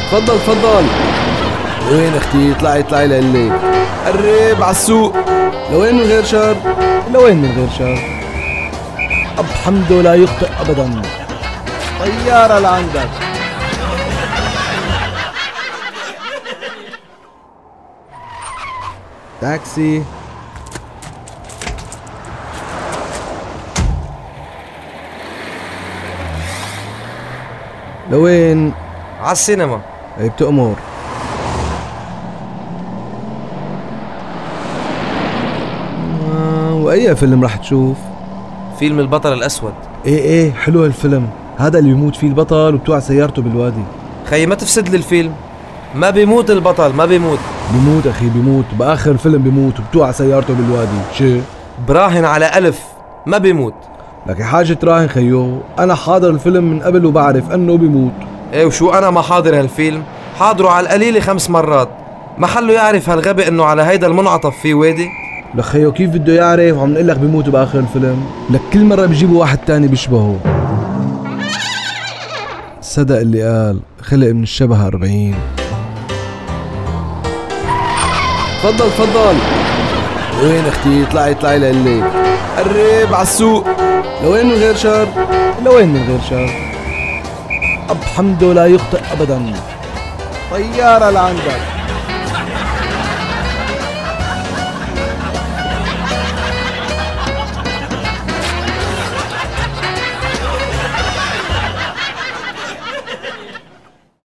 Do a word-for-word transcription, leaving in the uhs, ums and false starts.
تفضل تفضل. لوين اختي؟ اطلعي اطلعي لقلي. قرب عالسوق. لوين من غير شر؟ لوين من غير شر؟ أب حمده لا يخطئ أبدا. طيارة لعندك. تاكسي. لوين؟ عالسينما. اي بتأمر. آه وأي فيلم رح تشوف؟ فيلم البطل الأسود. ايه ايه حلو هالفيلم، هذا اللي بيموت فيه البطل وبتوع سيارته بالوادي. خيي ما تفسد لي الفيلم، ما بيموت البطل، ما بيموت. بيموت أخي بيموت، بآخر الفيلم بيموت وبتوع سيارته بالوادي. شي؟ براهن على ألف ما بيموت. لك حاجة تراهن خيو، أنا حاضر الفيلم من قبل وبعرف أنه بيموت. ايه وشو أنا ما حاضر هالفيلم؟ حاضره على القليلة خمس مرات. محله يعرف هالغبي إنه على هيدا المنعطف في وادي. لك خيو كيف بده يعرف وعم نقول لك بيموت بآخر الفيلم؟ لك كل مرة بيجيبوا واحد تاني بيشبهه. صدق اللي قال خلق من الشبه أربعين. تفضل تفضل. وين اختي؟ اطلعي اطلعي لقلي. قرب عالسوق. لوين من غير شر؟ لوين من غير شر؟ أب حمده لا يخطئ أبدا. طيارة لعندك.